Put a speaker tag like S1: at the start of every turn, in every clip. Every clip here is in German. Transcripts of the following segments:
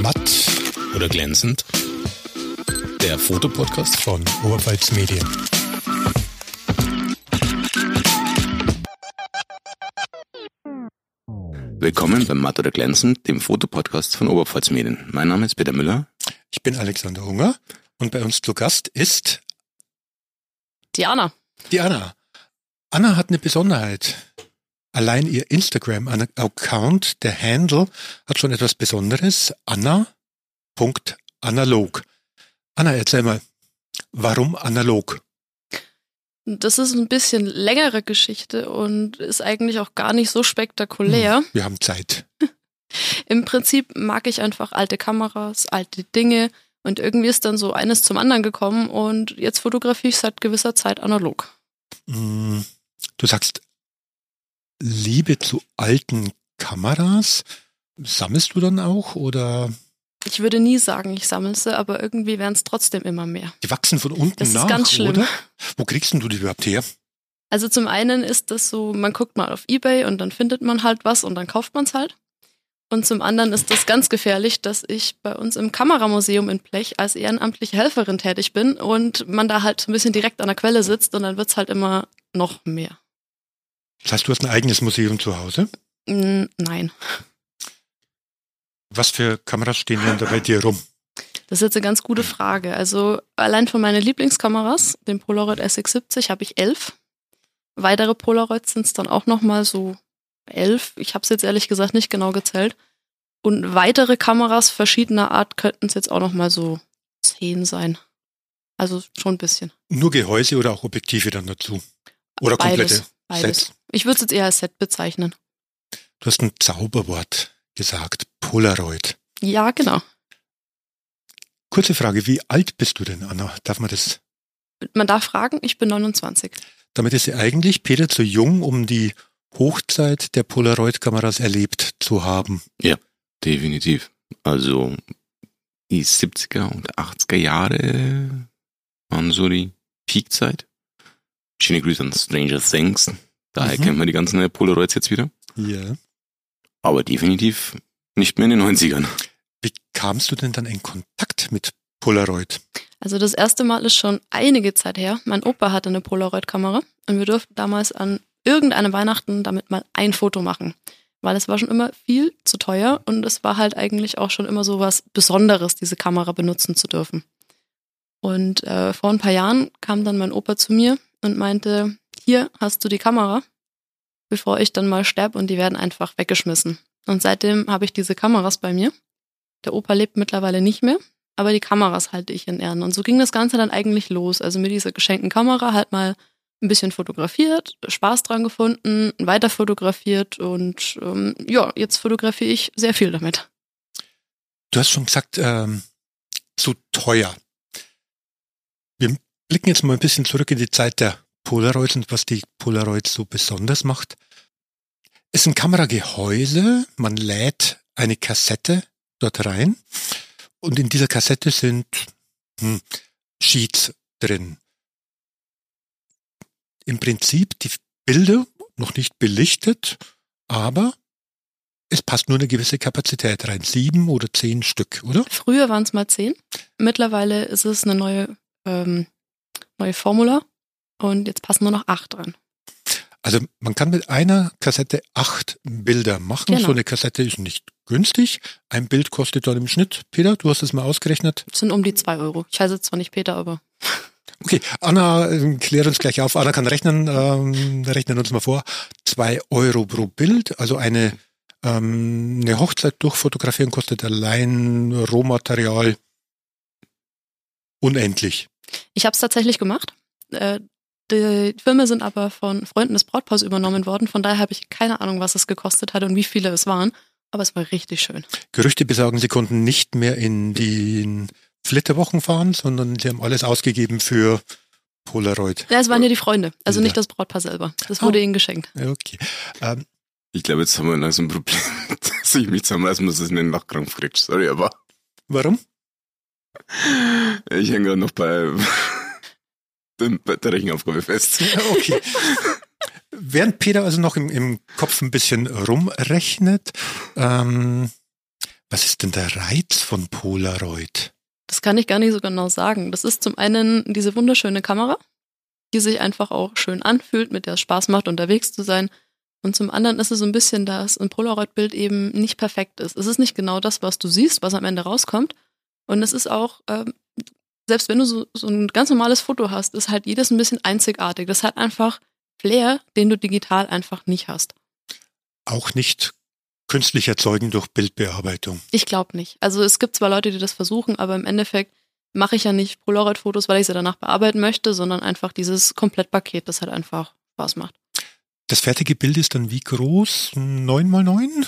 S1: Matt oder glänzend? Der Fotopodcast von Oberpfalz Medien. Willkommen beim Matt oder glänzend, dem Fotopodcast von Oberpfalz Medien. Mein Name ist Peter Müller.
S2: Ich bin Alexander Hunger und bei uns zu Gast ist
S3: Die Anna.
S2: Anna hat eine Besonderheit. Allein ihr Instagram-Account, der Handle, hat schon etwas Besonderes. Anna.analog. Anna, erzähl mal, warum analog?
S3: Das ist ein bisschen längere Geschichte und ist eigentlich auch gar nicht so spektakulär.
S2: Wir haben Zeit.
S3: Im Prinzip mag ich einfach alte Kameras, alte Dinge und irgendwie ist dann so eines zum anderen gekommen und jetzt fotografiere ich seit gewisser Zeit analog.
S2: Du sagst Liebe zu alten Kameras. Sammelst du dann auch oder?
S3: Ich würde nie sagen, ich sammle sie, aber irgendwie werden es trotzdem immer mehr.
S2: Die wachsen von unten
S3: Das
S2: nach,
S3: ist ganz schlimm.
S2: oder? Wo kriegst denn du die überhaupt her?
S3: Also zum einen ist das so, man guckt mal auf eBay und dann findet man halt was und dann kauft man es halt. Und zum anderen ist das ganz gefährlich, dass ich bei uns im Kameramuseum in Blech als ehrenamtliche Helferin tätig bin und man da halt so ein bisschen direkt an der Quelle sitzt und dann wird's halt immer noch mehr.
S2: Das heißt, du hast ein eigenes Museum zu Hause?
S3: Nein.
S2: Was für Kameras stehen denn da bei dir rum?
S3: Das ist jetzt eine ganz gute Frage. Also allein von meinen Lieblingskameras, dem Polaroid SX70, habe ich 11. Weitere Polaroids sind es dann auch nochmal so 11. Ich habe es jetzt ehrlich gesagt nicht genau gezählt. Und weitere Kameras verschiedener Art könnten es jetzt auch nochmal so 10 sein. Also schon ein bisschen.
S2: Nur Gehäuse oder auch Objektive dann dazu? Oder komplette
S3: Beides.
S2: Sets? Ich
S3: würde es jetzt eher als Set bezeichnen.
S2: Du hast ein Zauberwort gesagt, Polaroid.
S3: Ja, genau.
S2: Kurze Frage, wie alt bist du denn, Anna? Darf man das?
S3: Man darf fragen, ich bin 29.
S2: Damit ist sie eigentlich, Peter, zu jung, um die Hochzeit der Polaroid-Kameras erlebt zu haben.
S1: Ja, definitiv. Also die 70er und 80er Jahre waren so die Peakzeit. Schöne Grüße an Stranger Things. Daher kennen wir die ganzen Polaroids jetzt wieder.
S2: Ja.
S1: Aber definitiv nicht mehr in den 90ern.
S2: Wie kamst du denn dann in Kontakt mit Polaroid?
S3: Also das erste Mal ist schon einige Zeit her. Mein Opa hatte eine Polaroid-Kamera und wir durften damals an irgendeinem Weihnachten damit mal ein Foto machen. Weil es war schon immer viel zu teuer und es war halt eigentlich auch schon immer so was Besonderes, diese Kamera benutzen zu dürfen. Und vor ein paar Jahren kam dann mein Opa zu mir und meinte, hier hast du die Kamera, bevor ich dann mal sterbe und die werden einfach weggeschmissen. Und seitdem habe ich diese Kameras bei mir. Der Opa lebt mittlerweile nicht mehr, aber die Kameras halte ich in Ehren. Und so ging das Ganze dann eigentlich los. Also mit dieser geschenkten Kamera halt mal ein bisschen fotografiert, Spaß dran gefunden, weiter fotografiert und jetzt fotografiere ich sehr viel damit.
S2: Du hast schon gesagt, zu teuer. Wir blicken jetzt mal ein bisschen zurück in die Zeit der Polaroids und was die Polaroids so besonders macht. Es ist ein Kameragehäuse, man lädt eine Kassette dort rein und in dieser Kassette sind Sheets drin. Im Prinzip die Bilder noch nicht belichtet, aber es passt nur eine gewisse Kapazität rein. 7 oder 10 Stück, oder?
S3: Früher waren es mal 10. Mittlerweile ist es eine neue Formula und jetzt passen nur noch 8 dran.
S2: Also man kann mit einer Kassette 8 Bilder machen.
S3: Genau.
S2: So eine Kassette ist nicht günstig. Ein Bild kostet dann im Schnitt, Peter, du hast es mal ausgerechnet.
S3: Das sind um die 2 Euro. Ich heiße zwar nicht Peter, aber...
S2: Okay, Anna, klär uns gleich auf. Anna kann rechnen, rechnen uns mal vor. 2 Euro pro Bild, also eine Hochzeit durchfotografieren kostet allein Rohmaterial unendlich.
S3: Ich habe es tatsächlich gemacht. Die Filme sind aber von Freunden des Brautpaars übernommen worden. Von daher habe ich keine Ahnung, was es gekostet hat und wie viele es waren. Aber es war richtig schön.
S2: Gerüchte besagen, sie konnten nicht mehr in die Flitterwochen fahren, sondern sie haben alles ausgegeben für Polaroid.
S3: Ja, es waren ja die Freunde, also nicht das Brautpaar selber. Das wurde ihnen geschenkt.
S2: Okay.
S1: Ich glaube, jetzt haben wir langsam ein Problem, dass ich mich zusammenreißen muss, dass ich einen Nachkrampf kriege. Sorry, aber...
S2: Warum?
S1: Ich hänge gerade noch bei der Rechenaufgabe fest.
S2: Okay. Während Peter also noch im Kopf ein bisschen rumrechnet, Was ist denn der Reiz von Polaroid?
S3: Das kann ich gar nicht so genau sagen. Das ist zum einen diese wunderschöne Kamera, die sich einfach auch schön anfühlt, mit der es Spaß macht, unterwegs zu sein. Und zum anderen ist es so ein bisschen, dass ein Polaroid-Bild eben nicht perfekt ist. Es ist nicht genau das, was du siehst, was am Ende rauskommt. Und es ist auch, selbst wenn du so ein ganz normales Foto hast, ist halt jedes ein bisschen einzigartig. Das hat einfach Flair, den du digital einfach nicht hast.
S2: Auch nicht künstlich erzeugen durch Bildbearbeitung.
S3: Ich glaube nicht. Also es gibt zwar Leute, die das versuchen, aber im Endeffekt mache ich ja nicht Polaroid-Fotos, weil ich sie danach bearbeiten möchte, sondern einfach dieses Komplettpaket, das halt einfach Spaß macht.
S2: Das fertige Bild ist dann wie groß? 9x9?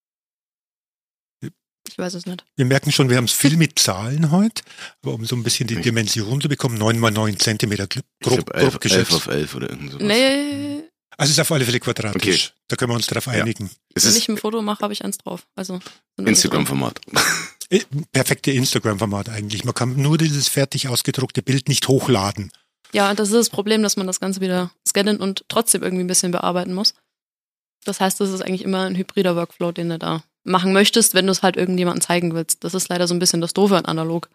S3: Ich weiß es nicht.
S2: Wir merken schon, wir haben es viel mit Zahlen heute, aber um so ein bisschen die Dimension zu bekommen, 9x9 Zentimeter grob
S1: 11
S2: geschätzt.
S1: auf 11 oder irgend sowas.
S3: Nee,
S2: Also es ist auf alle Fälle quadratisch.
S1: Okay.
S2: Da können wir uns drauf einigen.
S1: Es
S3: wenn
S1: ist
S3: ich ein Foto mache, habe ich eins drauf. Also
S1: Instagram-Format.
S2: Perfekte Instagram-Format eigentlich. Man kann nur dieses fertig ausgedruckte Bild nicht hochladen.
S3: Ja, das ist das Problem, dass man das Ganze wieder scannen und trotzdem irgendwie ein bisschen bearbeiten muss. Das heißt, das ist eigentlich immer ein hybrider Workflow, den du da machen möchtest, wenn du es halt irgendjemandem zeigen willst. Das ist leider so ein bisschen das Doofe an analog.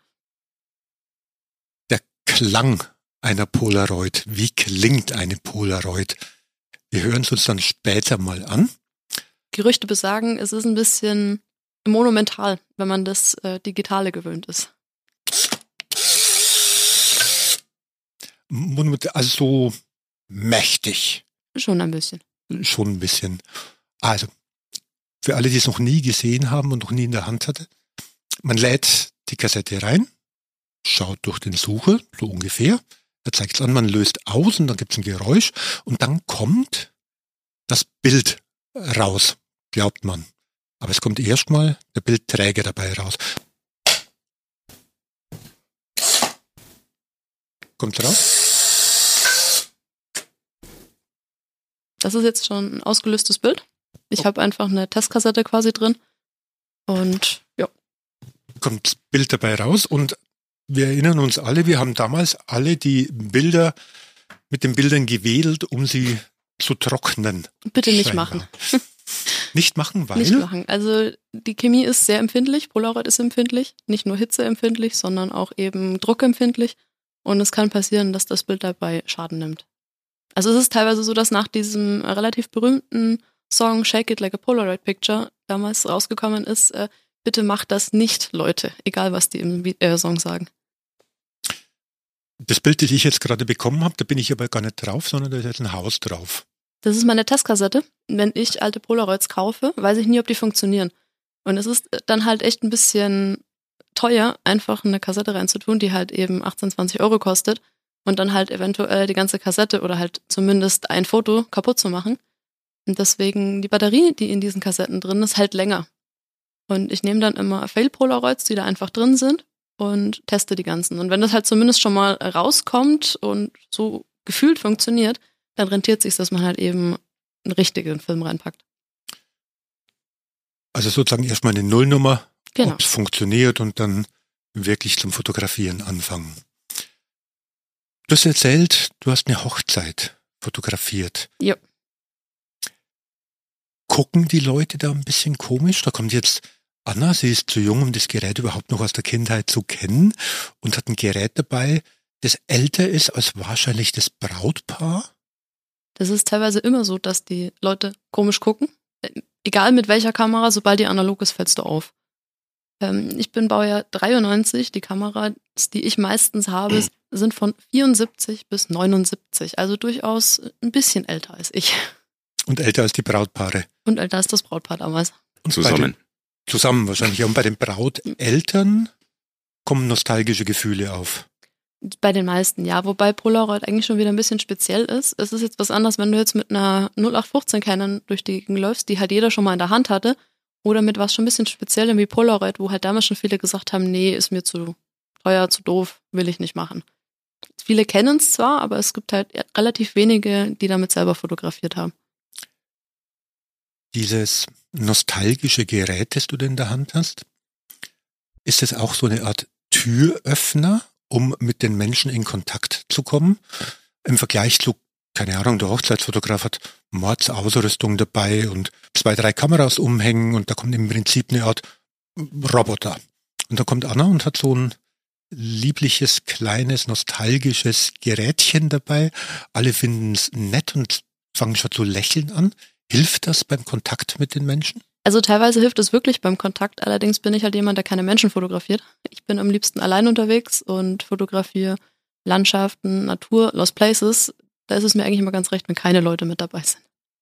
S2: Der Klang einer Polaroid. Wie klingt eine Polaroid? Wir hören es uns dann später mal an.
S3: Gerüchte besagen, es ist ein bisschen monumental, wenn man das Digitale gewöhnt ist.
S2: Also so mächtig.
S3: Schon ein bisschen.
S2: Schon ein bisschen. Also, für alle, die es noch nie gesehen haben und noch nie in der Hand hatte, man lädt die Kassette rein, schaut durch den Sucher, so ungefähr, er zeigt es an, man löst aus und dann gibt es ein Geräusch und dann kommt das Bild raus, glaubt man. Aber es kommt erstmal der Bildträger dabei raus. Kommt raus.
S3: Das ist jetzt schon ein ausgelöstes Bild. Ich habe einfach eine Testkassette quasi drin. Und ja.
S2: Kommt das Bild dabei raus und wir erinnern uns alle, wir haben damals alle die Bilder mit den Bildern gewedelt, um sie zu trocknen.
S3: Bitte nicht
S2: scheinbar.
S3: machen.
S2: Nicht machen, weil?
S3: Nicht machen. Also die Chemie ist sehr empfindlich. Polaroid ist empfindlich. Nicht nur hitzeempfindlich, sondern auch eben druckempfindlich. Und es kann passieren, dass das Bild dabei Schaden nimmt. Also es ist teilweise so, dass nach diesem relativ berühmten Song Shake It Like a Polaroid Picture damals rausgekommen ist, bitte macht das nicht, Leute, egal was die im Song sagen.
S2: Das Bild, das ich jetzt gerade bekommen habe, da bin ich aber gar nicht drauf, sondern da ist jetzt ein Haus drauf.
S3: Das ist meine Testkassette. Wenn ich alte Polaroids kaufe, weiß ich nie, ob die funktionieren. Und es ist dann halt echt ein bisschen teuer, einfach eine Kassette reinzutun, die halt eben 18, 20 Euro kostet und dann halt eventuell die ganze Kassette oder halt zumindest ein Foto kaputt zu machen. Und deswegen die Batterie, die in diesen Kassetten drin ist, hält länger. Und ich nehme dann immer Fail-Polaroids, die da einfach drin sind und teste die ganzen. Und wenn das halt zumindest schon mal rauskommt und so gefühlt funktioniert, dann rentiert sich, dass man halt eben einen richtigen Film reinpackt.
S2: Also sozusagen erstmal eine Nullnummer,
S3: Genau.
S2: ob es funktioniert und dann wirklich zum Fotografieren anfangen. Du hast erzählt, du hast eine Hochzeit fotografiert.
S3: Ja.
S2: Gucken die Leute da ein bisschen komisch? Da kommt jetzt Anna, sie ist zu jung, um das Gerät überhaupt noch aus der Kindheit zu kennen und hat ein Gerät dabei, das älter ist als wahrscheinlich das Brautpaar.
S3: Das ist teilweise immer so, dass die Leute komisch gucken. Egal mit welcher Kamera, sobald die analog ist, fällst du auf. Ich bin Baujahr 93. Die Kameras, die ich meistens habe, sind von 74 bis 79. Also durchaus ein bisschen älter als ich.
S2: Und älter als die Brautpaare.
S3: Und älter als das Brautpaar damals.
S2: Und
S1: Zusammen.
S2: Zusammen wahrscheinlich. Und bei den Brauteltern kommen nostalgische Gefühle auf.
S3: Bei den meisten, ja. Wobei Polaroid eigentlich schon wieder ein bisschen speziell ist. Es ist jetzt was anderes, wenn du jetzt mit einer 0815 Canon durch die Gegend läufst, die halt jeder schon mal in der Hand hatte. Oder mit was schon ein bisschen speziellem wie Polaroid, wo halt damals schon viele gesagt haben, nee, ist mir zu teuer, zu doof, will ich nicht machen. Viele kennen es zwar, aber es gibt halt relativ wenige, die damit selber fotografiert haben.
S2: Dieses nostalgische Gerät, das du denn in der Hand hast, ist es auch so eine Art Türöffner, um mit den Menschen in Kontakt zu kommen? Im Vergleich zu, keine Ahnung, der Hochzeitsfotograf hat Mordsausrüstung dabei und 2, 3 Kameras umhängen und da kommt im Prinzip eine Art Roboter. Und da kommt Anna und hat so ein liebliches, kleines, nostalgisches Gerätchen dabei. Alle finden es nett und fangen schon zu lächeln an. Hilft das beim Kontakt mit den Menschen?
S3: Also teilweise hilft es wirklich beim Kontakt, allerdings bin ich halt jemand, der keine Menschen fotografiert. Ich bin am liebsten allein unterwegs und fotografiere Landschaften, Natur, Lost Places. Da ist es mir eigentlich immer ganz recht, wenn keine Leute mit dabei sind.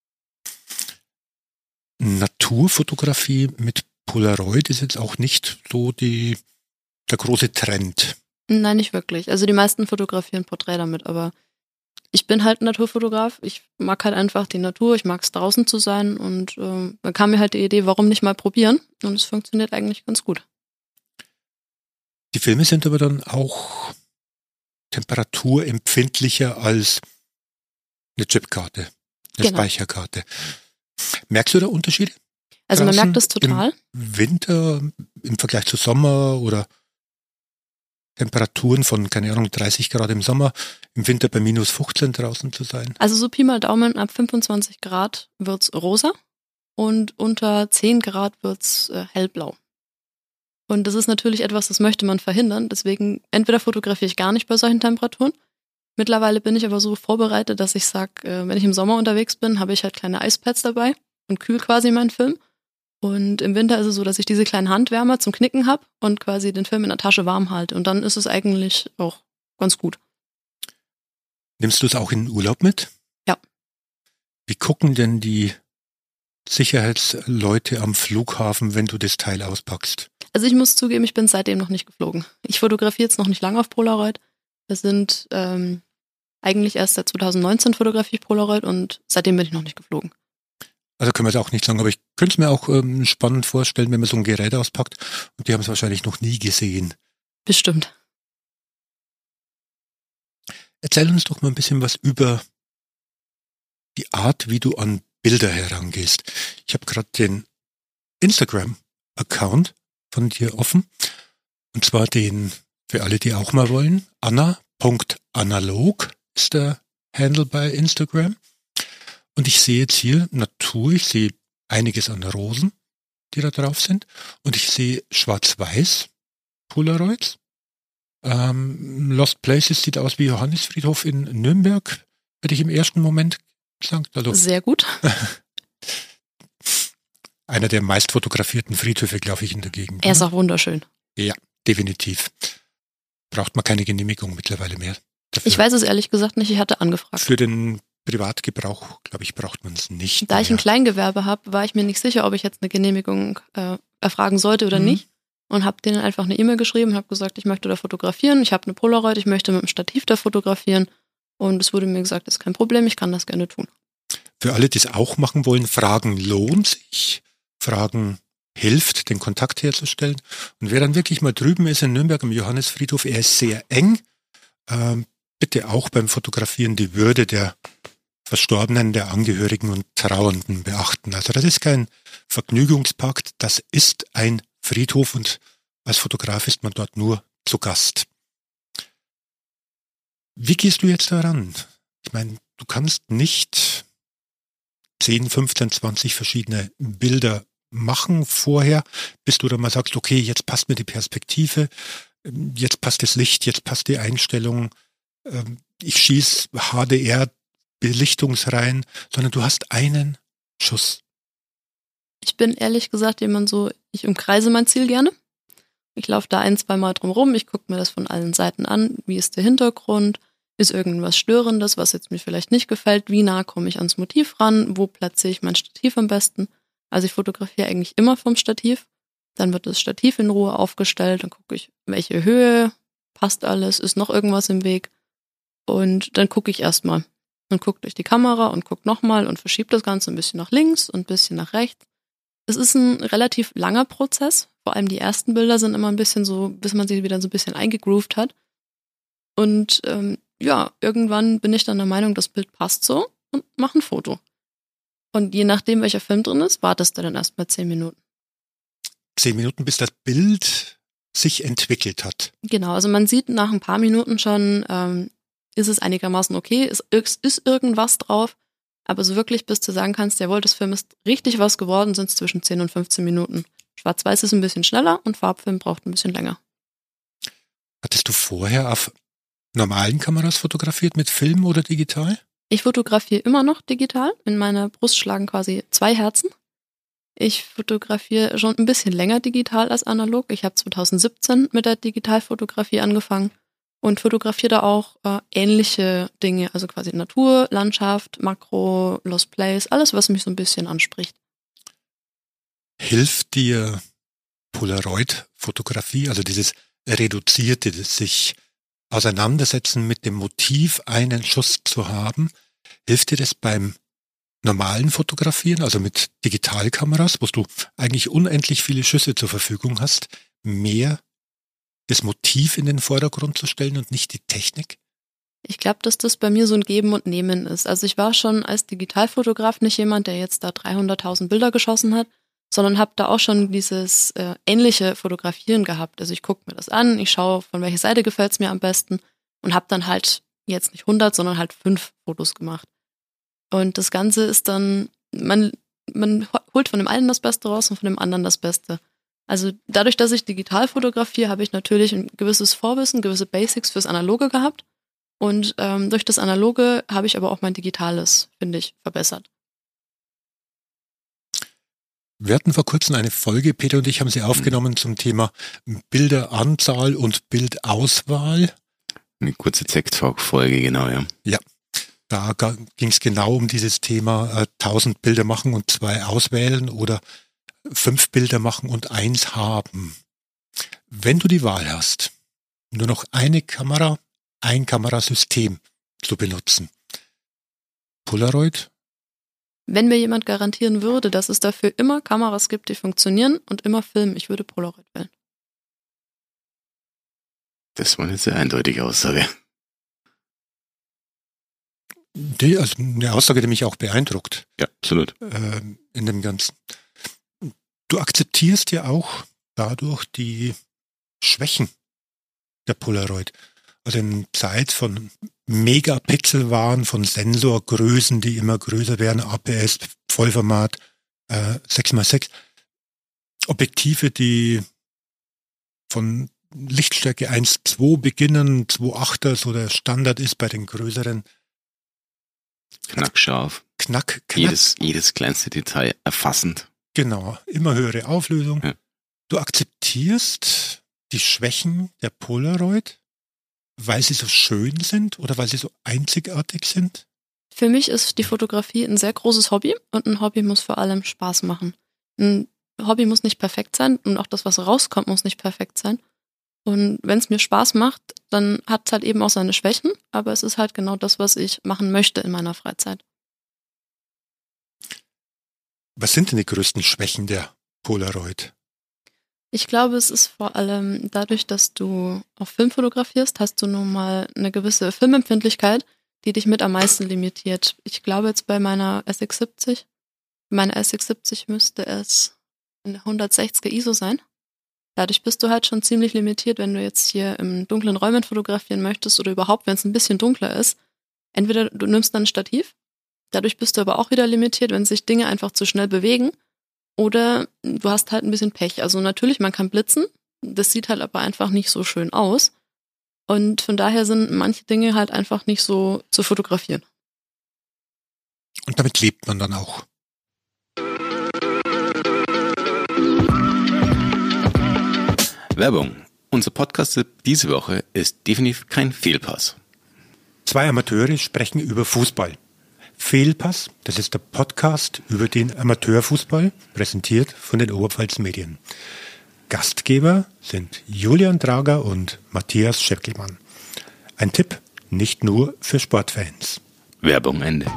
S2: Naturfotografie mit Polaroid ist jetzt auch nicht so der große Trend.
S3: Nein, nicht wirklich. Also die meisten fotografieren Porträt damit, aber ich bin halt ein Naturfotograf. Ich mag halt einfach die Natur, ich mag es draußen zu sein und dann kam mir halt die Idee, warum nicht mal probieren? Und es funktioniert eigentlich ganz gut.
S2: Die Filme sind aber dann auch temperaturempfindlicher als eine Chipkarte, eine Speicherkarte. Merkst du da Unterschiede?
S3: Also man merkt das total.
S2: Im Winter im Vergleich zu Sommer oder Temperaturen von, keine Ahnung, 30 Grad im Sommer, im Winter bei minus 15 draußen zu sein?
S3: Also so Pi mal Daumen, ab 25 Grad wird's rosa und unter 10 Grad wird's hellblau. Und das ist natürlich etwas, das möchte man verhindern. Deswegen entweder fotografiere ich gar nicht bei solchen Temperaturen. Mittlerweile bin ich aber so vorbereitet, dass ich sage, wenn ich im Sommer unterwegs bin, habe ich halt kleine Eispads dabei und kühl quasi meinen Film. Und im Winter ist es so, dass ich diese kleinen Handwärmer zum Knicken habe und quasi den Film in der Tasche warm halte. Und dann ist es eigentlich auch ganz gut.
S2: Nimmst du es auch in den Urlaub mit?
S3: Ja.
S2: Wie gucken denn die Sicherheitsleute am Flughafen, wenn du das Teil auspackst?
S3: Also ich muss zugeben, ich bin seitdem noch nicht geflogen. Ich fotografiere jetzt noch nicht lange auf Polaroid. Wir sind eigentlich erst seit 2019 fotografiere ich Polaroid und seitdem bin ich noch nicht geflogen.
S2: Also können wir es auch nicht sagen, aber ich könnte es mir auch spannend vorstellen, wenn man so ein Gerät auspackt und die haben es wahrscheinlich noch nie gesehen.
S3: Bestimmt.
S2: Erzähl uns doch mal ein bisschen was über die Art, wie du an Bilder herangehst. Ich habe gerade den Instagram-Account von dir offen und zwar den, für alle, die auch mal wollen, anna.analog ist der Handle bei Instagram. Und ich sehe jetzt hier Natur, ich sehe einiges an Rosen, die da drauf sind. Und ich sehe schwarz-weiß Polaroids. Lost Places sieht aus wie Johannisfriedhof in Nürnberg, hätte ich im ersten Moment gesagt. Also,
S3: sehr gut.
S2: Einer der meist fotografierten Friedhöfe, glaube ich, in der Gegend.
S3: Er ist auch wunderschön.
S2: Ja, definitiv. Braucht man keine Genehmigung mittlerweile mehr dafür.
S3: Ich weiß es ehrlich gesagt nicht, ich hatte angefragt.
S2: Für den Privatgebrauch, glaube ich, braucht man es nicht.
S3: Da ich ein Kleingewerbe habe, war ich mir nicht sicher, ob ich jetzt eine Genehmigung erfragen sollte oder nicht. Und habe denen einfach eine E-Mail geschrieben, habe gesagt, ich möchte da fotografieren, ich habe eine Polaroid, ich möchte mit dem Stativ da fotografieren. Und es wurde mir gesagt, das ist kein Problem, ich kann das gerne tun.
S2: Für alle, die es auch machen wollen, Fragen lohnt sich. Fragen hilft, den Kontakt herzustellen. Und wer dann wirklich mal drüben ist in Nürnberg am Johannisfriedhof, er ist sehr eng. Bitte auch beim Fotografieren die Würde der Verstorbenen, der Angehörigen und Trauernden beachten. Also das ist kein Vergnügungspark, das ist ein Friedhof und als Fotograf ist man dort nur zu Gast. Wie gehst du jetzt daran? Ich meine, du kannst nicht 10, 15, 20 verschiedene Bilder machen vorher, bis du dann mal sagst, okay, jetzt passt mir die Perspektive, jetzt passt das Licht, jetzt passt die Einstellung, ich schieße HDR Belichtungsreihen, sondern du hast einen Schuss.
S3: Ich bin ehrlich gesagt jemand so, ich umkreise mein Ziel gerne. Ich laufe da 1-2 Mal drum rum, ich gucke mir das von allen Seiten an, wie ist der Hintergrund, ist irgendwas Störendes, was jetzt mir vielleicht nicht gefällt, wie nah komme ich ans Motiv ran, wo platziere ich mein Stativ am besten. Also ich fotografiere eigentlich immer vom Stativ, dann wird das Stativ in Ruhe aufgestellt, dann gucke ich, welche Höhe, passt alles, ist noch irgendwas im Weg und dann gucke ich erstmal. Man guckt durch die Kamera und guckt nochmal und verschiebt das Ganze ein bisschen nach links und ein bisschen nach rechts. Es ist ein relativ langer Prozess. Vor allem die ersten Bilder sind immer ein bisschen so, bis man sie wieder so ein bisschen eingegroovt hat. Und irgendwann bin ich dann der Meinung, das Bild passt so und mache ein Foto. Und je nachdem, welcher Film drin ist, wartest du dann erstmal 10 Minuten.
S2: 10 Minuten, bis das Bild sich entwickelt hat.
S3: Genau, also man sieht nach ein paar Minuten schon, ist es einigermaßen okay, ist irgendwas drauf, aber so wirklich, bis du sagen kannst, jawohl, das Film ist richtig was geworden, sind es zwischen 10 und 15 Minuten Schwarz-Weiß ist ein bisschen schneller und Farbfilm braucht ein bisschen länger.
S2: Hattest du vorher auf normalen Kameras fotografiert mit Film oder digital?
S3: Ich fotografiere immer noch digital. In meiner Brust schlagen quasi 2 Herzen. Ich fotografiere schon ein bisschen länger digital als analog. Ich habe 2017 mit der Digitalfotografie angefangen und fotografiere da auch ähnliche Dinge, also quasi Natur, Landschaft, Makro, Lost Place, alles, was mich so ein bisschen anspricht.
S2: Hilft dir Polaroid-Fotografie, also dieses reduzierte, das sich auseinandersetzen mit dem Motiv, einen Schuss zu haben, hilft dir das beim normalen Fotografieren, also mit Digitalkameras, wo du eigentlich unendlich viele Schüsse zur Verfügung hast, mehr das Motiv in den Vordergrund zu stellen und nicht die Technik?
S3: Ich glaube, dass das bei mir so ein Geben und Nehmen ist. Also ich war schon als Digitalfotograf nicht jemand, der jetzt da 300.000 Bilder geschossen hat, sondern habe da auch schon dieses ähnliche Fotografieren gehabt. Also ich gucke mir das an, ich schaue, von welcher Seite gefällt es mir am besten und habe dann halt jetzt nicht 100, sondern halt 5 Fotos gemacht. Und das Ganze ist dann, man holt von dem einen das Beste raus und von dem anderen das Beste. Also dadurch, dass ich digital fotografiere, habe ich natürlich ein gewisses Vorwissen, gewisse Basics fürs Analoge gehabt. Und durch das Analoge habe ich aber auch mein Digitales, finde ich, verbessert.
S2: Wir hatten vor kurzem eine Folge, Peter und ich haben sie aufgenommen zum Thema Bilderanzahl und Bildauswahl.
S1: Eine kurze Tech-Talk-Folge, genau, ja.
S2: Ja, da ging es genau um dieses Thema 1000 Bilder machen und 2 auswählen oder 5 Bilder machen und 1 haben. Wenn du die Wahl hast, nur noch eine Kamera, ein Kamerasystem zu benutzen. Polaroid?
S3: Wenn mir jemand garantieren würde, dass es dafür immer Kameras gibt, die funktionieren und immer Film, ich würde Polaroid wählen.
S1: Das war eine sehr eindeutige Aussage.
S2: Also eine Aussage, die mich auch beeindruckt.
S1: Ja, absolut.
S2: In dem Ganzen. Du akzeptierst ja auch dadurch die Schwächen der Polaroid. Also in Zeit von Megapixelwahn, von Sensorgrößen, die immer größer werden, APS, Vollformat, 6x6, Objektive, die von Lichtstärke 1,2 beginnen, 2,8er, so der Standard ist bei den größeren.
S1: Knackscharf.
S2: Knack.
S1: Jedes kleinste Detail erfassend.
S2: Genau, immer höhere Auflösung.
S1: Ja.
S2: Du akzeptierst die Schwächen der Polaroid, weil sie so schön sind oder weil sie so einzigartig sind?
S3: Für mich ist die Fotografie ein sehr großes Hobby und ein Hobby muss vor allem Spaß machen. Ein Hobby muss nicht perfekt sein und auch das, was rauskommt, muss nicht perfekt sein. Und wenn es mir Spaß macht, dann hat es halt eben auch seine Schwächen, aber es ist halt genau das, was ich machen möchte in meiner Freizeit.
S2: Was sind denn die größten Schwächen der Polaroid?
S3: Ich glaube, es ist vor allem dadurch, dass du auf Film fotografierst, hast du nun mal eine gewisse Filmempfindlichkeit, die dich mit am meisten limitiert. Ich glaube jetzt bei meiner SX70 müsste es eine 160er ISO sein. Dadurch bist du halt schon ziemlich limitiert, wenn du jetzt hier im dunklen Räumen fotografieren möchtest oder überhaupt, wenn es ein bisschen dunkler ist. Entweder du nimmst dann ein Stativ, dadurch bist du aber auch wieder limitiert, wenn sich Dinge einfach zu schnell bewegen. Oder du hast halt ein bisschen Pech. Also natürlich, man kann blitzen, das sieht halt aber einfach nicht so schön aus. Und von daher sind manche Dinge halt einfach nicht so zu fotografieren.
S2: Und damit lebt man dann auch.
S1: Werbung. Unser Podcast diese Woche ist definitiv kein Fehlpass.
S2: 2 Amateure sprechen über Fußball. Fehlpass, das ist der Podcast über den Amateurfußball, präsentiert von den Oberpfalz Medien. Gastgeber sind Julian Drager und Matthias Schöckelmann. Ein Tipp, nicht nur für Sportfans.
S1: Werbung Ende.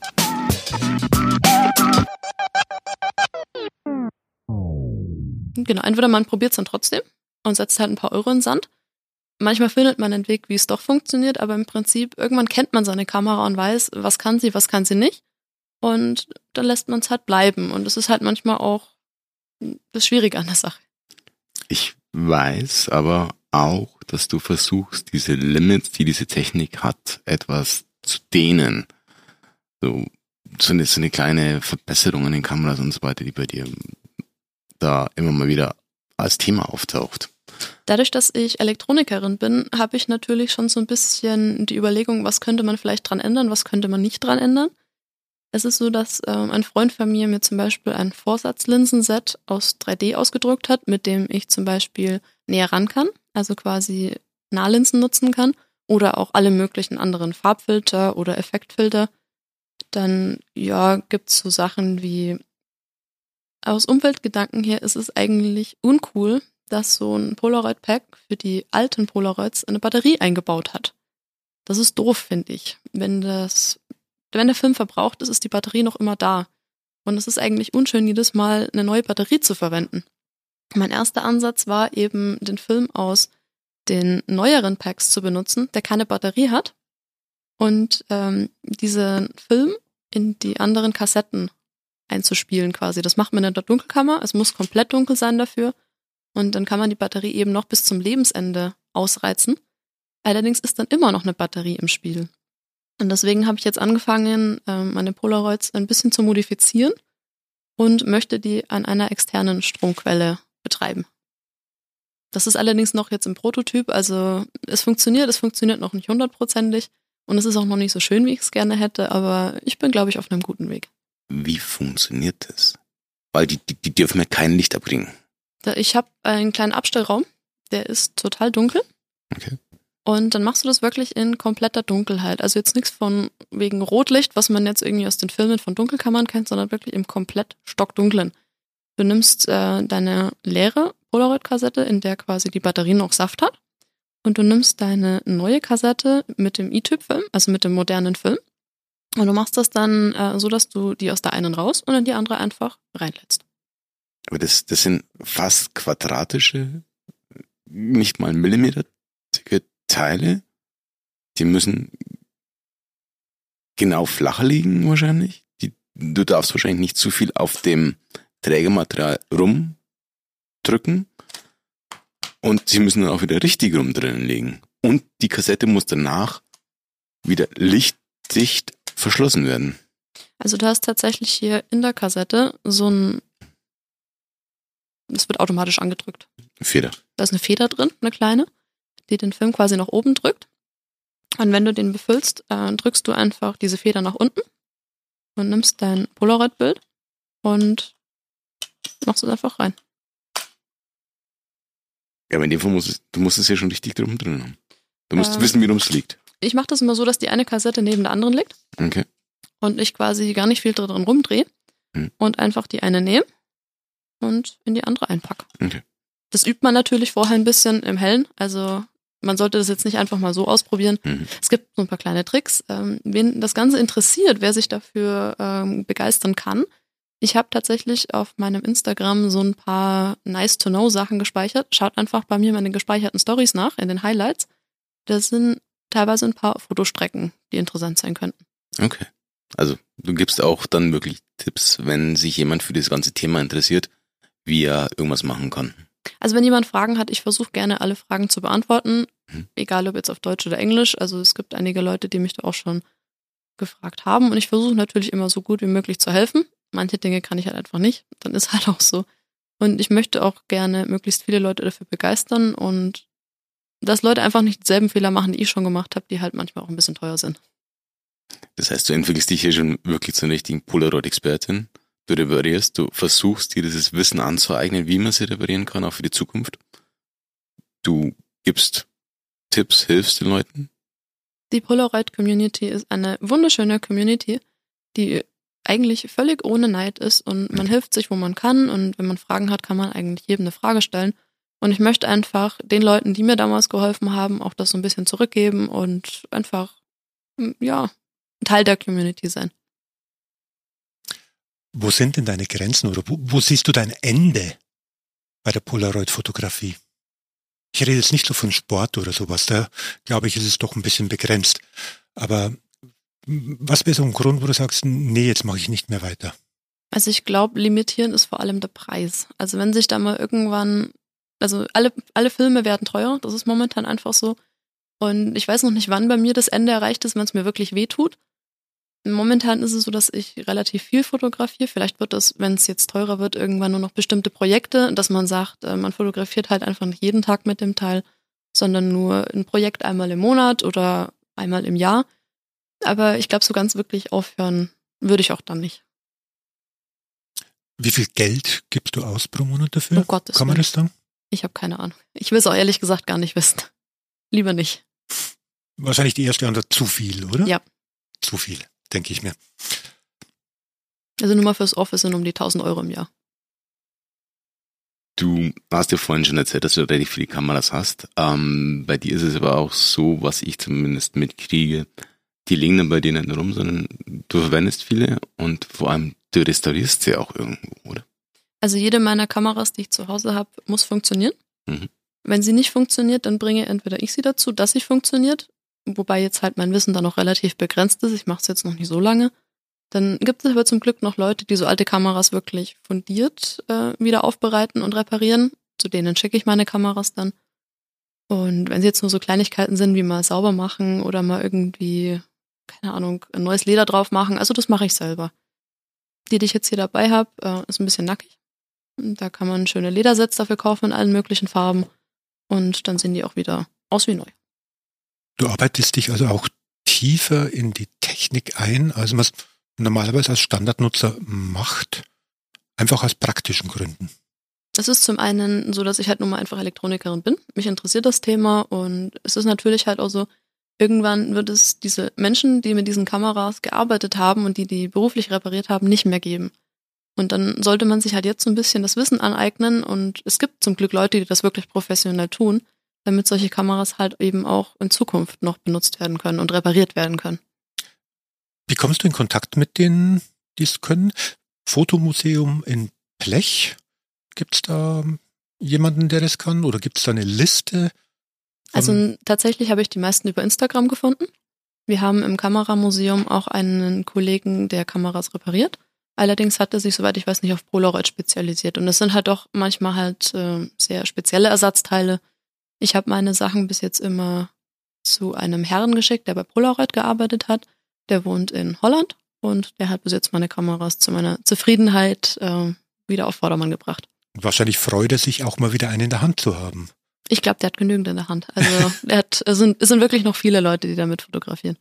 S3: Genau, entweder man probiert es dann trotzdem und setzt halt ein paar Euro in den Sand. Manchmal findet man einen Weg, wie es doch funktioniert, aber im Prinzip, irgendwann kennt man seine Kamera und weiß, was kann sie nicht. Und dann lässt man es halt bleiben. Und es ist halt manchmal auch das Schwierige an der Sache.
S1: Ich weiß aber auch, dass du versuchst, diese Limits, die diese Technik hat, etwas zu dehnen. So eine kleine Verbesserung an den Kameras und so weiter, die bei dir da immer mal wieder als Thema auftaucht.
S3: Dadurch, dass ich Elektronikerin bin, habe ich natürlich schon so ein bisschen die Überlegung, was könnte man vielleicht dran ändern, was könnte man nicht dran ändern. Es ist so, dass ein Freund von mir zum Beispiel ein Vorsatzlinsenset aus 3D ausgedruckt hat, mit dem ich zum Beispiel näher ran kann, also quasi Nahlinsen nutzen kann oder auch alle möglichen anderen Farbfilter oder Effektfilter. Dann gibt es so Sachen wie, aus Umweltgedanken her ist es eigentlich uncool, dass so ein Polaroid-Pack für die alten Polaroids eine Batterie eingebaut hat. Das ist doof, finde ich. Wenn der Film verbraucht ist, ist die Batterie noch immer da. Und es ist eigentlich unschön, jedes Mal eine neue Batterie zu verwenden. Mein erster Ansatz war eben, den Film aus den neueren Packs zu benutzen, der keine Batterie hat. Und diesen Film in die anderen Kassetten einzuspielen quasi. Das macht man in der Dunkelkammer. Es muss komplett dunkel sein dafür. Und dann kann man die Batterie eben noch bis zum Lebensende ausreizen. Allerdings ist dann immer noch eine Batterie im Spiel. Und deswegen habe ich jetzt angefangen, meine Polaroids ein bisschen zu modifizieren und möchte die an einer externen Stromquelle betreiben. Das ist allerdings noch jetzt im Prototyp, also es funktioniert noch nicht 100%ig und es ist auch noch nicht so schön, wie ich es gerne hätte, aber ich bin, glaube ich, auf einem guten Weg.
S1: Wie funktioniert das? Weil die dürfen ja kein Licht abbringen.
S3: Ich habe einen kleinen Abstellraum, der ist total dunkel.
S1: Okay.
S3: Und dann machst du das wirklich in kompletter Dunkelheit. Also jetzt nichts von wegen Rotlicht, was man jetzt irgendwie aus den Filmen von Dunkelkammern kennt, sondern wirklich im komplett stockdunklen. Du nimmst deine leere Polaroid-Kassette, in der quasi die Batterie noch Saft hat. Und du nimmst deine neue Kassette mit dem E-Typ-Film, also mit dem modernen Film. Und du machst das dann so, dass du die aus der einen raus und in die andere einfach reinlädst.
S1: Aber das sind fast quadratische, nicht mal millimeterige Teile. Die müssen genau flach liegen wahrscheinlich. Du darfst wahrscheinlich nicht zu viel auf dem Trägermaterial rumdrücken. Und sie müssen dann auch wieder richtig rum drinnen liegen. Und die Kassette muss danach wieder lichtdicht verschlossen werden.
S3: Also du hast tatsächlich hier in der Kassette es wird automatisch angedrückt.
S1: Feder.
S3: Da ist eine Feder drin, eine kleine, die den Film quasi nach oben drückt. Und wenn du den befüllst, drückst du einfach diese Feder nach unten und nimmst dein Polaroid-Bild und machst es einfach rein.
S1: Ja, aber in dem Fall du musst es ja schon richtig drin haben. Du musst wissen, wie rum es liegt.
S3: Ich mache das immer so, dass die eine Kassette neben der anderen liegt.
S1: Okay.
S3: Und ich quasi gar nicht viel drin rumdrehe und einfach die eine nehme und in die andere einpacke.
S1: Okay.
S3: Das übt man natürlich vorher ein bisschen im Hellen. Also man sollte das jetzt nicht einfach mal so ausprobieren. Es gibt so ein paar kleine Tricks. Wen das Ganze interessiert, wer sich dafür begeistern kann. Ich habe tatsächlich auf meinem Instagram so ein paar Nice-to-know-Sachen gespeichert. Schaut einfach bei mir meine gespeicherten Stories nach, in den Highlights. Da sind teilweise ein paar Fotostrecken, die interessant sein könnten.
S1: Okay. Also du gibst auch dann wirklich Tipps, wenn sich jemand für das ganze Thema interessiert, wie er irgendwas machen kann.
S3: Also wenn jemand Fragen hat, ich versuche gerne alle Fragen zu beantworten, egal ob jetzt auf Deutsch oder Englisch. Also es gibt einige Leute, die mich da auch schon gefragt haben und ich versuche natürlich immer so gut wie möglich zu helfen. Manche Dinge kann ich halt einfach nicht, dann ist halt auch so. Und ich möchte auch gerne möglichst viele Leute dafür begeistern und dass Leute einfach nicht dieselben Fehler machen, die ich schon gemacht habe, die halt manchmal auch ein bisschen teuer sind.
S1: Das heißt, du entwickelst dich hier schon wirklich zu einer richtigen Polaroid-Expertin. Du reparierst, du versuchst dir dieses Wissen anzueignen, wie man sie reparieren kann, auch für die Zukunft. Du gibst Tipps, hilfst den Leuten.
S3: Die Polaroid-Community ist eine wunderschöne Community, die eigentlich völlig ohne Neid ist und man hilft sich, wo man kann und wenn man Fragen hat, kann man eigentlich jedem eine Frage stellen. Und ich möchte einfach den Leuten, die mir damals geholfen haben, auch das so ein bisschen zurückgeben und einfach, ein Teil der Community sein.
S2: Wo sind denn deine Grenzen oder wo siehst du dein Ende bei der Polaroid-Fotografie? Ich rede jetzt nicht so von Sport oder sowas, da glaube ich, ist es doch ein bisschen begrenzt. Aber was wäre so ein Grund, wo du sagst, nee, jetzt mache ich nicht mehr weiter?
S3: Also ich glaube, limitieren ist vor allem der Preis. Also wenn sich da mal irgendwann, also alle Filme werden teuer, das ist momentan einfach so. Und ich weiß noch nicht, wann bei mir das Ende erreicht ist, wenn es mir wirklich wehtut. Momentan ist es so, dass ich relativ viel fotografiere. Vielleicht wird das, wenn es jetzt teurer wird, irgendwann nur noch bestimmte Projekte, dass man sagt, man fotografiert halt einfach nicht jeden Tag mit dem Teil, sondern nur ein Projekt einmal im Monat oder einmal im Jahr. Aber ich glaube, so ganz wirklich aufhören würde ich auch dann nicht.
S2: Wie viel Geld gibst du aus pro Monat dafür?
S3: Oh Gott,
S2: Kann man das sagen?
S3: Ich habe keine Ahnung. Ich will es auch ehrlich gesagt gar nicht wissen. Lieber nicht.
S2: Wahrscheinlich die erste Antwort zu viel, oder?
S3: Ja.
S2: Zu viel, denke ich mir.
S3: Also nur mal fürs Office sind um die 1.000 Euro im Jahr.
S1: Du hast ja vorhin schon erzählt, dass du relativ viele Kameras hast. Bei dir ist es aber auch so, was ich zumindest mitkriege, die liegen dann bei dir nicht rum, sondern du verwendest viele und vor allem du restaurierst sie auch irgendwo, oder?
S3: Also jede meiner Kameras, die ich zu Hause habe, muss funktionieren.
S1: Mhm.
S3: Wenn sie nicht funktioniert, dann bringe entweder ich sie dazu, dass sie funktioniert, wobei jetzt halt mein Wissen da noch relativ begrenzt ist. Ich mache es jetzt noch nicht so lange. Dann gibt es aber zum Glück noch Leute, die so alte Kameras wirklich fundiert wieder aufbereiten und reparieren. Zu denen schicke ich meine Kameras dann. Und wenn sie jetzt nur so Kleinigkeiten sind, wie mal sauber machen oder mal irgendwie, keine Ahnung, ein neues Leder drauf machen, also das mache ich selber. Die ich jetzt hier dabei habe, ist ein bisschen nackig. Da kann man schöne Ledersets dafür kaufen in allen möglichen Farben. Und dann sehen die auch wieder aus wie neu.
S2: Du arbeitest dich also auch tiefer in die Technik ein, als man es normalerweise als Standardnutzer macht, einfach aus praktischen Gründen.
S3: Es ist zum einen so, dass ich halt nun mal einfach Elektronikerin bin. Mich interessiert das Thema und es ist natürlich halt auch so, irgendwann wird es diese Menschen, die mit diesen Kameras gearbeitet haben und die beruflich repariert haben, nicht mehr geben. Und dann sollte man sich halt jetzt so ein bisschen das Wissen aneignen und es gibt zum Glück Leute, die das wirklich professionell tun, damit solche Kameras halt eben auch in Zukunft noch benutzt werden können und repariert werden können.
S2: Wie kommst du in Kontakt mit denen, die es können? Fotomuseum in Blech? Gibt es da jemanden, der das kann? Oder gibt es da eine Liste?
S3: Also tatsächlich habe ich die meisten über Instagram gefunden. Wir haben im Kameramuseum auch einen Kollegen, der Kameras repariert. Allerdings hat er sich, soweit ich weiß, nicht auf Polaroid spezialisiert. Und das sind halt doch manchmal halt sehr spezielle Ersatzteile. Ich habe meine Sachen bis jetzt immer zu einem Herrn geschickt, der bei Polaroid gearbeitet hat. Der wohnt in Holland und der hat bis jetzt meine Kameras zu meiner Zufriedenheit wieder auf Vordermann gebracht.
S2: Wahrscheinlich freut er sich auch mal wieder einen in der Hand zu haben.
S3: Ich glaube, der hat genügend in der Hand. Also es sind wirklich noch viele Leute, die damit fotografieren.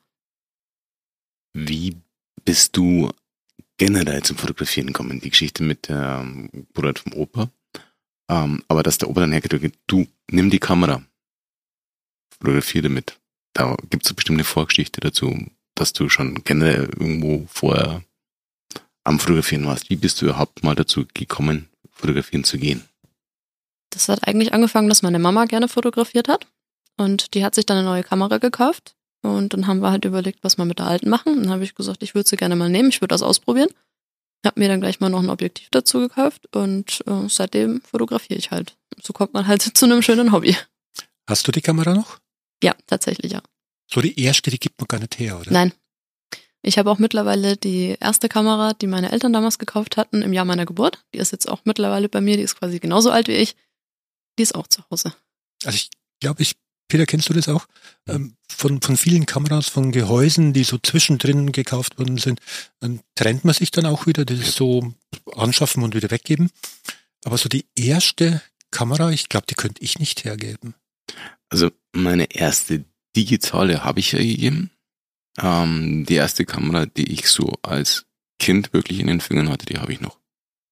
S1: Wie bist du generell zum Fotografieren gekommen? Die Geschichte mit der Bruder vom Opa. Aber dass der Opa dann hergeht, du nimm die Kamera, fotografiere damit. Da gibt es eine bestimmte Vorgeschichte dazu, dass du schon generell irgendwo vorher am Fotografieren warst. Wie bist du überhaupt mal dazu gekommen, fotografieren zu gehen?
S3: Das hat eigentlich angefangen, dass meine Mama gerne fotografiert hat. Und die hat sich dann eine neue Kamera gekauft. Und dann haben wir halt überlegt, was wir mit der alten machen. Dann habe ich gesagt, ich würde sie gerne mal nehmen, ich würde das ausprobieren. Habe mir dann gleich mal noch ein Objektiv dazu gekauft und seitdem fotografiere ich halt. So kommt man halt zu einem schönen Hobby.
S2: Hast du die Kamera noch?
S3: Ja, tatsächlich, ja.
S2: So die erste, die gibt man gar nicht her, oder?
S3: Nein. Ich habe auch mittlerweile die erste Kamera, die meine Eltern damals gekauft hatten, im Jahr meiner Geburt. Die ist jetzt auch mittlerweile bei mir, die ist quasi genauso alt wie ich. Die ist auch zu Hause.
S2: Also ich glaube, Peter, kennst du das auch? Von vielen Kameras, von Gehäusen, die so zwischendrin gekauft worden sind, dann trennt man sich dann auch wieder, das ist so anschaffen und wieder weggeben. Aber so die erste Kamera, ich glaube, die könnte ich nicht hergeben.
S1: Also meine erste digitale habe ich ja gegeben. Die erste Kamera, die ich so als Kind wirklich in den Fingern hatte, die habe ich noch.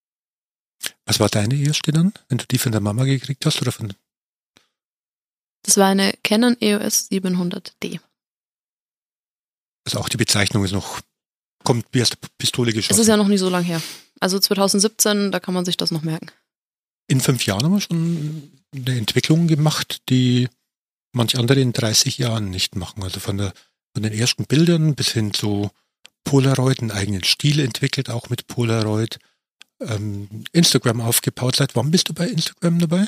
S2: Was war deine erste dann, wenn du die von der Mama gekriegt hast oder von?
S3: Das war eine Canon EOS 700D.
S2: Also auch die Bezeichnung ist noch, kommt wie aus der Pistole geschossen.
S3: Es ist ja noch nicht so lang her. Also 2017, da kann man sich das noch merken.
S2: In 5 Jahren haben wir schon eine Entwicklung gemacht, die manche andere in 30 Jahren nicht machen. Also von den ersten Bildern bis hin zu Polaroid, einen eigenen Stil entwickelt, auch mit Polaroid. Instagram aufgebaut. Seit wann bist du bei Instagram dabei?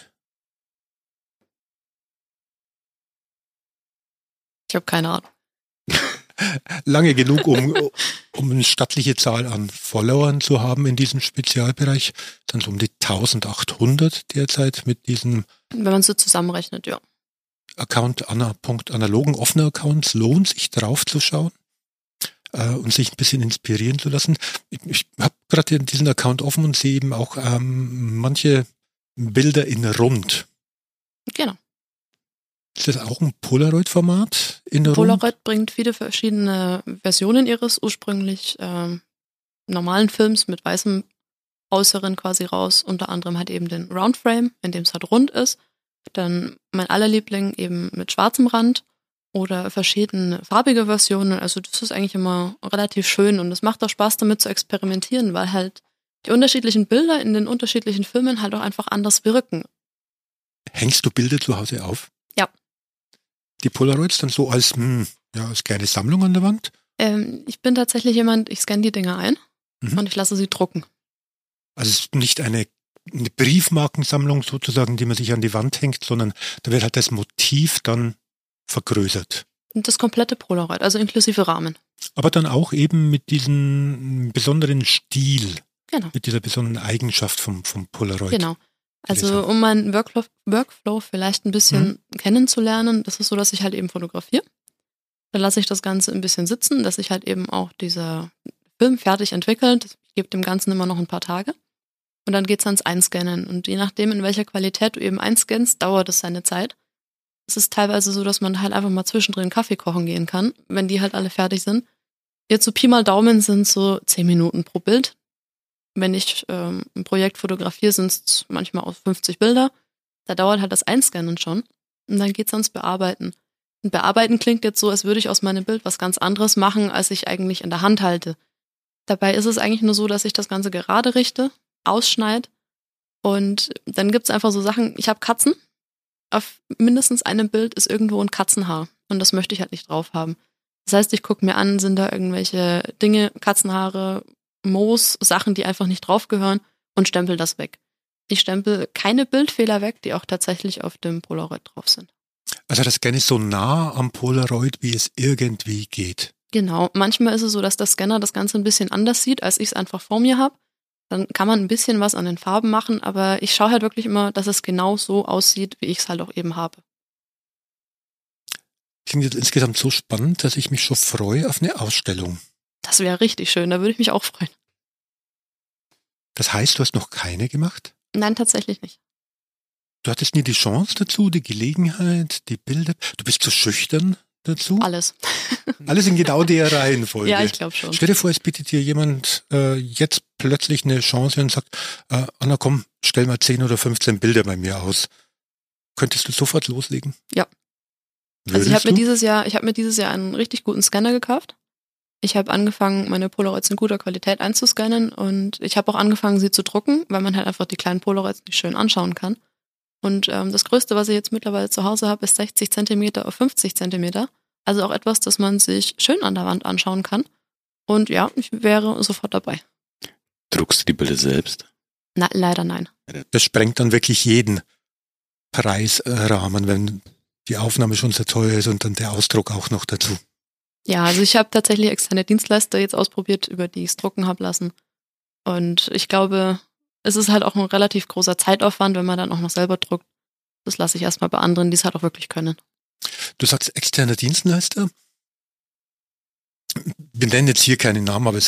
S3: Ich habe keine Ahnung.
S2: Lange genug, um eine stattliche Zahl an Followern zu haben in diesem Spezialbereich. Dann so um die 1800 derzeit mit diesem
S3: Wenn man so zusammenrechnet, ja.
S2: Account analogen offene Accounts lohnt sich drauf zu schauen. und sich ein bisschen inspirieren zu lassen. Ich habe gerade diesen Account offen und sehe eben auch manche Bilder in rund.
S3: Genau.
S2: Ist das auch ein Polaroid-Format in rund?
S3: Polaroid bringt viele verschiedene Versionen ihres ursprünglich normalen Films mit weißem Äußeren quasi raus. Unter anderem halt eben den Roundframe, in dem es halt rund ist. Dann mein allerliebling eben mit schwarzem Rand oder verschiedene farbige Versionen. Also das ist eigentlich immer relativ schön und es macht auch Spaß damit zu experimentieren, weil halt die unterschiedlichen Bilder in den unterschiedlichen Filmen halt auch einfach anders wirken.
S2: Hängst du Bilder zu Hause auf?
S3: Ja.
S2: Die Polaroids dann so als kleine Sammlung an der Wand?
S3: Ich bin tatsächlich jemand, ich scanne die Dinger ein und ich lasse sie drucken.
S2: Also es ist nicht eine Briefmarkensammlung sozusagen, die man sich an die Wand hängt, sondern da wird halt das Motiv dann vergrößert.
S3: Und das komplette Polaroid, also inklusive Rahmen.
S2: Aber dann auch eben mit diesem besonderen Stil,
S3: Genau.
S2: mit dieser besonderen Eigenschaft vom Polaroid.
S3: Genau. Also um meinen Workflow vielleicht ein bisschen kennenzulernen, das ist so, dass ich halt eben fotografiere. Dann lasse ich das Ganze ein bisschen sitzen, dass sich halt eben auch dieser Film fertig entwickelt. Ich gebe dem Ganzen immer noch ein paar Tage. Und dann geht's ans Einscannen. Und je nachdem, in welcher Qualität du eben einscannst, dauert es seine Zeit. Es ist teilweise so, dass man halt einfach mal zwischendrin Kaffee kochen gehen kann, wenn die halt alle fertig sind. Jetzt so Pi mal Daumen sind so 10 Minuten pro Bild. Wenn ich ein Projekt fotografiere, sind es manchmal auch 50 Bilder. Da dauert halt das Einscannen schon. Und dann geht's ans Bearbeiten. Und Bearbeiten klingt jetzt so, als würde ich aus meinem Bild was ganz anderes machen, als ich eigentlich in der Hand halte. Dabei ist es eigentlich nur so, dass ich das Ganze gerade richte, ausschneide und dann gibt's einfach so Sachen, ich habe Katzen, auf mindestens einem Bild ist irgendwo ein Katzenhaar und das möchte ich halt nicht drauf haben. Das heißt, ich gucke mir an, sind da irgendwelche Dinge, Katzenhaare, Moos, Sachen, die einfach nicht drauf gehören und stempel das weg. Ich stempel keine Bildfehler weg, die auch tatsächlich auf dem Polaroid drauf sind.
S2: Also das Scan ist so nah am Polaroid, wie es irgendwie geht.
S3: Genau, manchmal ist es so, dass der Scanner das Ganze ein bisschen anders sieht, als ich es einfach vor mir habe. Dann kann man ein bisschen was an den Farben machen, aber ich schaue halt wirklich immer, dass es genau so aussieht, wie ich es halt auch eben habe.
S2: Klingt jetzt insgesamt so spannend, dass ich mich schon freue auf eine Ausstellung.
S3: Das wäre richtig schön, da würde ich mich auch freuen.
S2: Das heißt, du hast noch keine gemacht?
S3: Nein, tatsächlich nicht.
S2: Du hattest nie die Chance dazu, die Gelegenheit, die Bilder. Du bist zu schüchtern dazu?
S3: Alles.
S2: Alles in genau der Reihenfolge.
S3: Ja, ich glaube schon.
S2: Stell dir vor, es bietet dir jemand jetzt plötzlich eine Chance und sagt, Anna, komm, stell mal 10 oder 15 Bilder bei mir aus. Könntest du sofort loslegen?
S3: Ja. Also ich habe mir dieses Jahr einen richtig guten Scanner gekauft. Ich habe angefangen, meine Polaroids in guter Qualität einzuscannen und ich habe auch angefangen, sie zu drucken, weil man halt einfach die kleinen Polaroids nicht schön anschauen kann. Und das Größte, was ich jetzt mittlerweile zu Hause habe, ist 60 Zentimeter auf 50 Zentimeter. Also auch etwas, das man sich schön an der Wand anschauen kann. Und ja, ich wäre sofort dabei.
S1: Druckst du die Bilder selbst?
S3: Na, leider nein.
S2: Das sprengt dann wirklich jeden Preisrahmen, wenn die Aufnahme schon sehr teuer ist und dann der Ausdruck auch noch dazu.
S3: Ja, also ich habe tatsächlich externe Dienstleister jetzt ausprobiert, über die ich es drucken habe lassen. Und ich glaube, es ist halt auch ein relativ großer Zeitaufwand, wenn man dann auch noch selber druckt. Das lasse ich erstmal bei anderen, die es halt auch wirklich können.
S2: Du sagst externer Dienstleister. Wir nennen jetzt hier keinen Namen, aber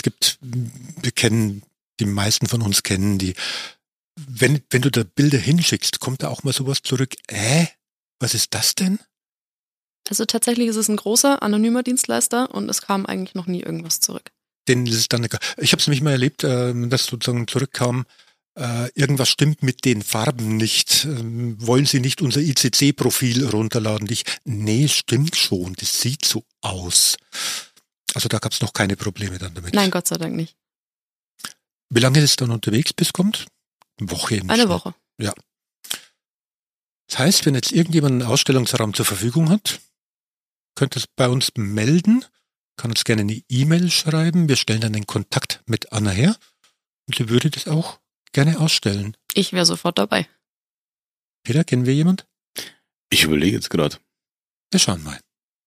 S2: die meisten von uns kennen die. Wenn du da Bilder hinschickst, kommt da auch mal sowas zurück, was ist das denn?
S3: Also tatsächlich ist es ein großer, anonymer Dienstleister und es kam eigentlich noch nie irgendwas zurück.
S2: Denen ist es dann egal. Ich habe es nämlich mal erlebt, dass sozusagen zurückkam, irgendwas stimmt mit den Farben nicht. Wollen Sie nicht unser ICC-Profil runterladen? Nee, stimmt schon. Das sieht so aus. Also da gab es noch keine Probleme dann damit.
S3: Nein, Gott sei Dank nicht.
S2: Wie lange ist es dann unterwegs, bis kommt? Eine Woche.
S3: Eine Woche.
S2: Ja. Das heißt, wenn jetzt irgendjemand einen Ausstellungsraum zur Verfügung hat, könnt ihr es bei uns melden, kann uns gerne eine E-Mail schreiben. Wir stellen dann den Kontakt mit Anna her und sie würde das auch gerne ausstellen.
S3: Ich wäre sofort dabei.
S2: Peter, kennen wir jemand?
S1: Ich überlege jetzt gerade.
S2: Wir schauen mal.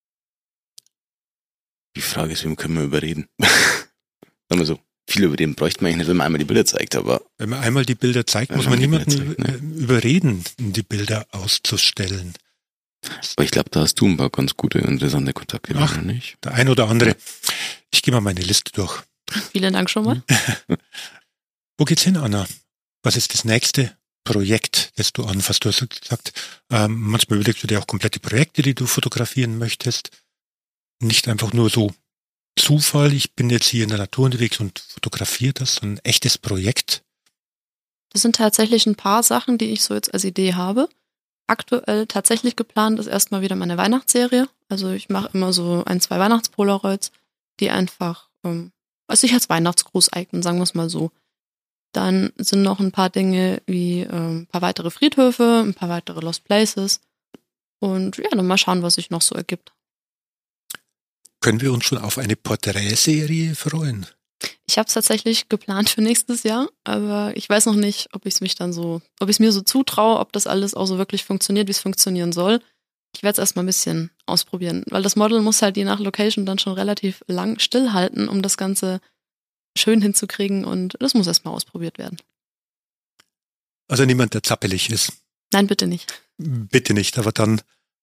S1: Die Frage ist, wem können wir überreden? Sagen wir so, viel überreden bräuchte man eigentlich nicht, wenn man einmal die Bilder zeigt, aber...
S2: Wenn man einmal die Bilder zeigt, muss man niemanden überreden, die Bilder auszustellen.
S1: Aber ich glaube, da hast du ein paar ganz gute, interessante Kontakte, oder nicht?
S2: Der ein oder andere. Ich gehe mal meine Liste durch.
S3: Vielen Dank schon mal.
S2: Wo geht's hin, Anna? Was ist das nächste Projekt, das du anfasst? Du hast gesagt, manchmal überlegst du dir auch komplette Projekte, die du fotografieren möchtest. Nicht einfach nur so Zufall, ich bin jetzt hier in der Natur unterwegs und fotografiere das, sondern ein echtes Projekt.
S3: Das sind tatsächlich ein paar Sachen, die ich so jetzt als Idee habe. Aktuell tatsächlich geplant ist erstmal wieder meine Weihnachtsserie. Also ich mache immer so 1-2 Weihnachtspolaroids, die einfach sich als Weihnachtsgruß eignen, sagen wir es mal so. Dann sind noch ein paar Dinge wie ein paar weitere Friedhöfe, ein paar weitere Lost Places. Und ja, dann mal schauen, was sich noch so ergibt.
S2: Können wir uns schon auf eine Porträtserie freuen?
S3: Ich habe es tatsächlich geplant für nächstes Jahr, aber ich weiß noch nicht, ob ich es mir so zutraue, ob das alles auch so wirklich funktioniert, wie es funktionieren soll. Ich werde es erstmal ein bisschen ausprobieren, weil das Model muss halt je nach Location dann schon relativ lang stillhalten, um das Ganze schön hinzukriegen, und das muss erstmal ausprobiert werden.
S2: Also niemand, der zappelig ist.
S3: Nein, bitte nicht.
S2: Bitte nicht, aber dann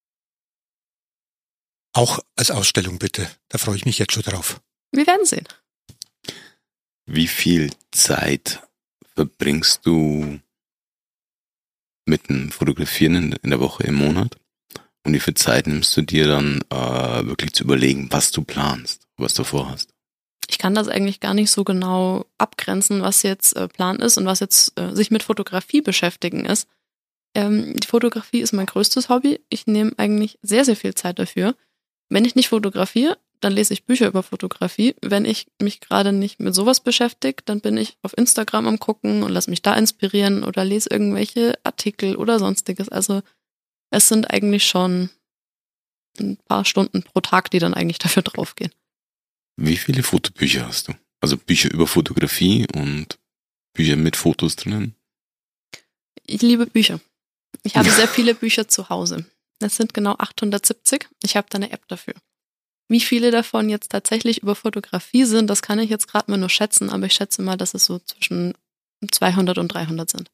S2: auch als Ausstellung bitte. Da freue ich mich jetzt schon drauf.
S3: Wir werden sehen.
S1: Wie viel Zeit verbringst du mit dem Fotografieren in der Woche, im Monat? Und wie viel Zeit nimmst du dir dann wirklich zu überlegen, was du planst, was du vorhast?
S3: Ich kann das eigentlich gar nicht so genau abgrenzen, was jetzt Plan ist und was jetzt sich mit Fotografie beschäftigen ist. Die Fotografie ist mein größtes Hobby. Ich nehme eigentlich sehr, sehr viel Zeit dafür. Wenn ich nicht fotografiere, dann lese ich Bücher über Fotografie. Wenn ich mich gerade nicht mit sowas beschäftige, dann bin ich auf Instagram am Gucken und lasse mich da inspirieren oder lese irgendwelche Artikel oder sonstiges. Also es sind eigentlich schon ein paar Stunden pro Tag, die dann eigentlich dafür draufgehen.
S1: Wie viele Fotobücher hast du? Also Bücher über Fotografie und Bücher mit Fotos drinnen?
S3: Ich liebe Bücher. Ich habe sehr viele Bücher zu Hause. Das sind genau 870. Ich habe da eine App dafür. Wie viele davon jetzt tatsächlich über Fotografie sind, das kann ich jetzt gerade mal nur schätzen, aber ich schätze mal, dass es so zwischen 200 und 300 sind.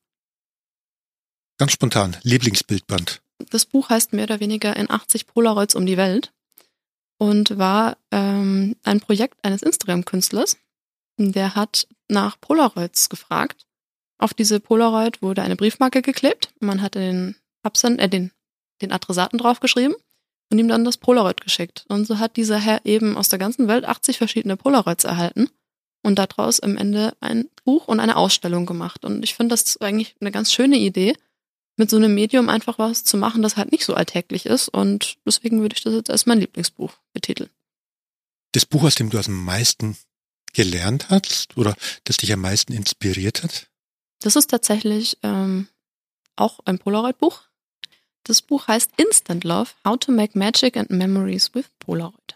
S2: Ganz spontan, Lieblingsbildband.
S3: Das Buch heißt mehr oder weniger in 80 Polaroids um die Welt und war ein Projekt eines Instagram-Künstlers. Der hat nach Polaroids gefragt. Auf diese Polaroid wurde eine Briefmarke geklebt. Man hat den Adressaten draufgeschrieben und ihm dann das Polaroid geschickt. Und so hat dieser Herr eben aus der ganzen Welt 80 verschiedene Polaroids erhalten und daraus am Ende ein Buch und eine Ausstellung gemacht. Und ich finde das eigentlich eine ganz schöne Idee, mit so einem Medium einfach was zu machen, das halt nicht so alltäglich ist. Und deswegen würde ich das jetzt als mein Lieblingsbuch betiteln.
S2: Das Buch, aus dem du am meisten gelernt hast oder das dich am meisten inspiriert hat?
S3: Das ist tatsächlich auch ein Polaroid-Buch. Das Buch heißt Instant Love, How to Make Magic and Memories with Polaroid.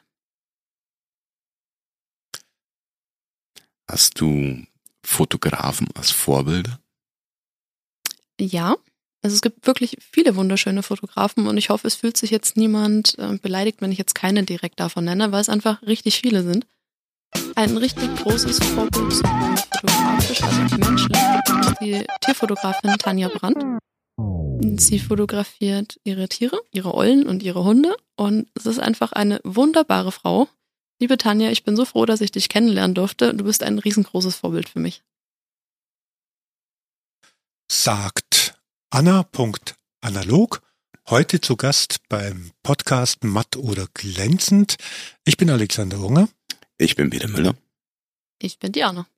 S1: Hast du Fotografen als Vorbilder?
S3: Ja, also es gibt wirklich viele wunderschöne Fotografen und ich hoffe, es fühlt sich jetzt niemand beleidigt, wenn ich jetzt keine direkt davon nenne, weil es einfach richtig viele sind. Ein richtig großes Vorbild, sowohl fotografisch als auch menschlich, ist die Tierfotografin Tanja Brandt. Sie fotografiert ihre Tiere, ihre Eulen und ihre Hunde und es ist einfach eine wunderbare Frau. Liebe Tanja, ich bin so froh, dass ich dich kennenlernen durfte. Du bist ein riesengroßes Vorbild für mich.
S2: Sagt Anna.analog. Heute zu Gast beim Podcast Matt oder Glänzend. Ich bin Alexander Unger.
S1: Ich bin Peter Müller.
S3: Ich bin Diana.